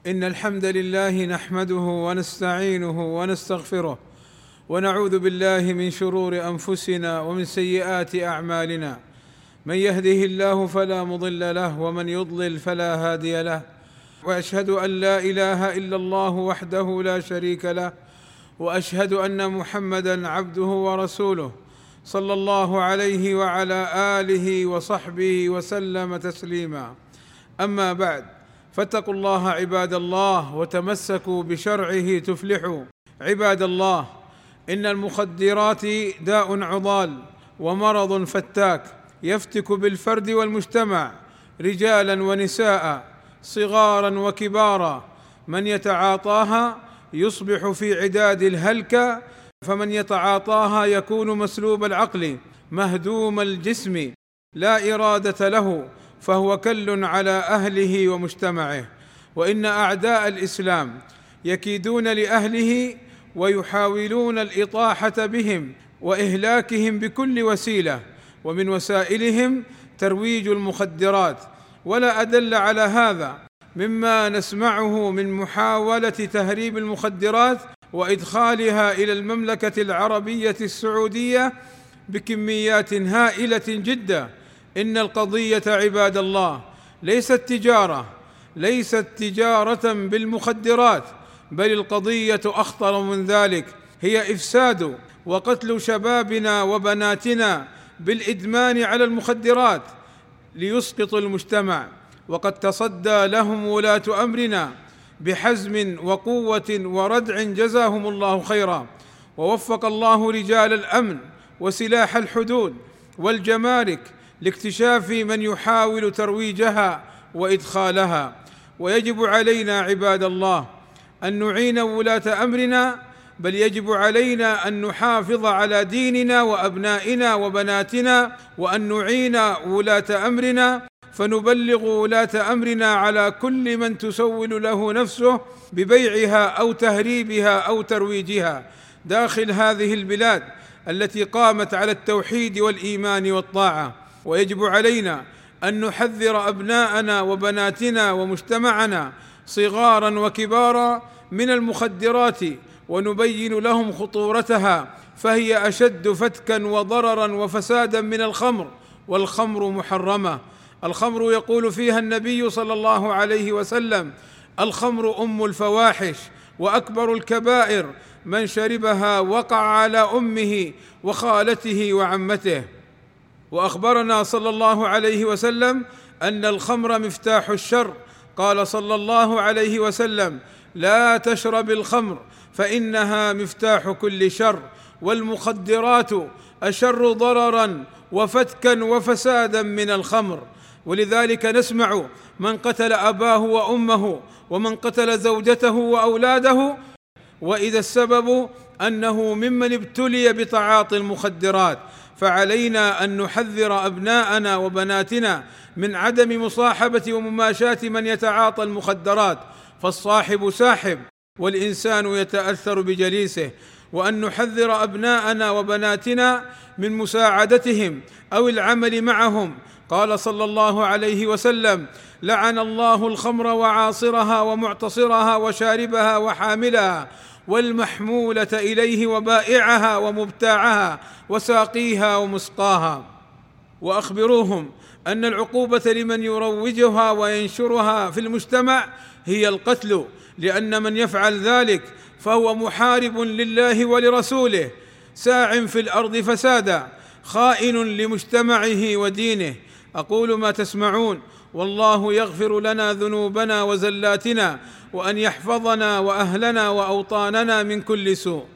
إن الحمد لله نحمده ونستعينه ونستغفره ونعوذ بالله من شرور أنفسنا ومن سيئات أعمالنا. من يهده الله فلا مضل له ومن يضلل فلا هادي له، وأشهد أن لا إله إلا الله وحده لا شريك له، وأشهد أن محمدًا عبده ورسوله صلى الله عليه وعلى آله وصحبه وسلم تسليما. أما بعد، فاتقوا الله عباد الله وتمسكوا بشرعه تفلحوا. عباد الله، إن المخدرات داء عضال ومرض فتاك يفتك بالفرد والمجتمع، رجالا ونساء، صغارا وكبارا. من يتعاطاها يصبح في عداد الهلكة، فمن يتعاطاها يكون مسلوب العقل مهدوم الجسم لا إرادة له، فهو كل على أهله ومجتمعه. وإن أعداء الإسلام يكيدون لأهله ويحاولون الإطاحة بهم وإهلاكهم بكل وسيلة، ومن وسائلهم ترويج المخدرات. ولا أدل على هذا مما نسمعه من محاولة تهريب المخدرات وإدخالها إلى المملكة العربية السعودية بكميات هائلة جدا. إن القضية عباد الله ليست تجارة بالمخدرات، بل القضية أخطر من ذلك، هي إفساد وقتل شبابنا وبناتنا بالإدمان على المخدرات ليسقطوا المجتمع. وقد تصدى لهم ولاة أمرنا بحزم وقوة وردع، جزاهم الله خيرا، ووفق الله رجال الأمن وسلاح الحدود والجمارك لاكتشاف من يحاول ترويجها وإدخالها. ويجب علينا عباد الله أن نعين ولاة أمرنا، بل يجب علينا أن نحافظ على ديننا وأبنائنا وبناتنا، وأن نعين ولاة أمرنا فنبلغ ولاة أمرنا على كل من تسول له نفسه ببيعها أو تهريبها أو ترويجها داخل هذه البلاد التي قامت على التوحيد والإيمان والطاعة. ويجب علينا أن نحذر أبناءنا وبناتنا ومجتمعنا صغارا وكبارا من المخدرات، ونبين لهم خطورتها، فهي أشد فتكا وضررا وفسادا من الخمر، والخمر محرمة. الخمر يقول فيها النبي صلى الله عليه وسلم: الخمر أم الفواحش وأكبر الكبائر، من شربها وقع على أمه وخالته وعمته. وأخبرنا صلى الله عليه وسلم أن الخمر مفتاح الشر. قال صلى الله عليه وسلم: لا تشرب الخمر فإنها مفتاح كل شر، والمخدرات أشر ضررا وفتكا وفسادا من الخمر. ولذلك نسمع من قتل أباه وأمه، ومن قتل زوجته وأولاده، وإذا السبب أنه ممن ابتلي بتعاطي المخدرات. فعلينا أن نحذر أبناءنا وبناتنا من عدم مصاحبة ومماشاة من يتعاطى المخدرات، فالصاحب ساحب والإنسان يتأثر بجليسه، وأن نحذر أبناءنا وبناتنا من مساعدتهم أو العمل معهم. قال صلى الله عليه وسلم: لعن الله الخمر وعاصرها ومعتصرها وشاربها وحاملها والمحمولة إليه وبائعها ومبتاعها وساقيها ومسقاها. وأخبروهم أن العقوبة لمن يروجها وينشرها في المجتمع هي القتل، لأن من يفعل ذلك فهو محارب لله ولرسوله، ساع في الأرض فسادا، خائن لمجتمعه ودينه. أقول ما تسمعون، والله يغفر لنا ذنوبنا وزلاتنا، وأن يحفظنا وأهلنا وأوطاننا من كل سوء.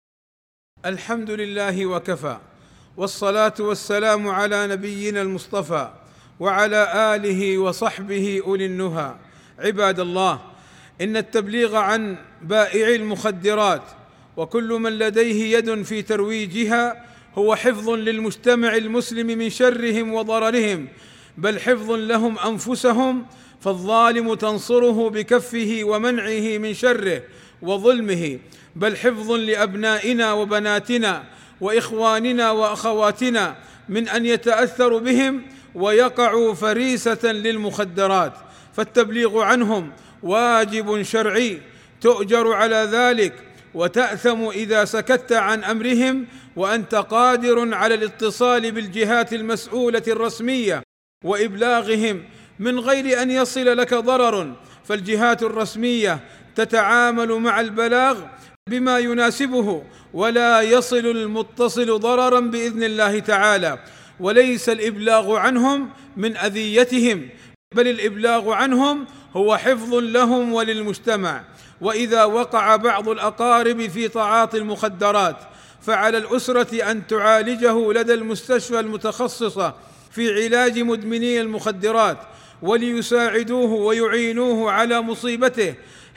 الحمد لله وكفى، والصلاة والسلام على نبينا المصطفى وعلى آله وصحبه أولي النهى. عباد الله، إن التبليغ عن بائعي المخدرات وكل من لديه يد في ترويجها هو حفظ للمجتمع المسلم من شرهم وضررهم، بل حفظ لهم أنفسهم، فالظالم تنصره بكفه ومنعه من شره وظلمه، بل حفظ لأبنائنا وبناتنا وإخواننا وأخواتنا من أن يتأثروا بهم ويقعوا فريسة للمخدرات. فالتبليغ عنهم واجب شرعي تؤجر على ذلك وتأثم إذا سكت عن أمرهم، وأنت قادر على الاتصال بالجهات المسؤولة الرسمية وإبلاغهم من غير أن يصل لك ضرر، فالجهات الرسمية تتعامل مع البلاغ بما يناسبه ولا يصل المتصل ضررا بإذن الله تعالى، وليس الإبلاغ عنهم من أذيتهم، بل الإبلاغ عنهم هو حفظ لهم وللمجتمع. وإذا وقع بعض الأقارب في تعاطي المخدرات فعلى الأسرة أن تعالجه لدى المستشفى المتخصصة في علاج مدمني المخدرات، وليساعدوه ويعينوه على مصيبته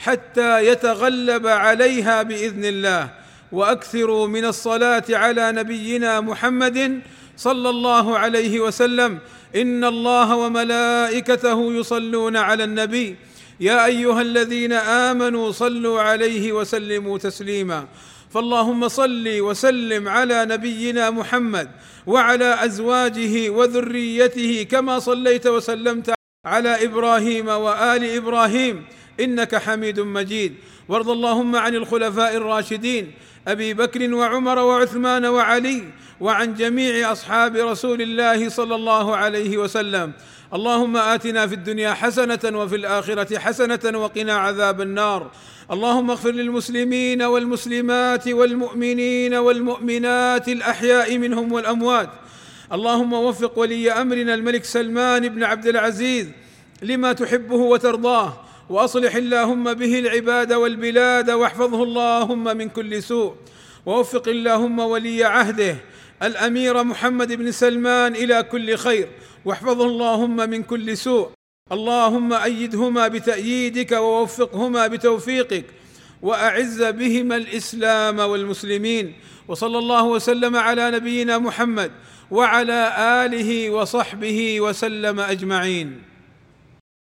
حتى يتغلب عليها بإذن الله. وأكثروا من الصلاة على نبينا محمد صلى الله عليه وسلم، إن الله وملائكته يصلون على النبي، يا أيها الذين آمنوا صلوا عليه وسلموا تسليما. فاللهم صل وسلم على نبينا محمد وعلى أزواجه وذريته كما صليت وسلمت على إبراهيم وآل إبراهيم إنك حميد مجيد. وارض اللهم عن الخلفاء الراشدين أبي بكر وعمر وعثمان وعلي، وعن جميع أصحاب رسول الله صلى الله عليه وسلم. اللهم آتنا في الدنيا حسنة وفي الآخرة حسنة وقنا عذاب النار. اللهم اغفر للمسلمين والمسلمات والمؤمنين والمؤمنات الأحياء منهم والأموات. اللهم وفق ولي أمرنا الملك سلمان بن عبد العزيز لما تحبه وترضاه، وأصلح اللهم به العباد والبلاد، واحفظه اللهم من كل سوء. ووفق اللهم ولي عهده الأمير محمد بن سلمان إلى كل خير، واحفظه اللهم من كل سوء. اللهم أيدهما بتأييدك ووفقهما بتوفيقك، وأعز بهما الإسلام والمسلمين. وصلى الله وسلم على نبينا محمد وعلى آله وصحبه وسلم أجمعين.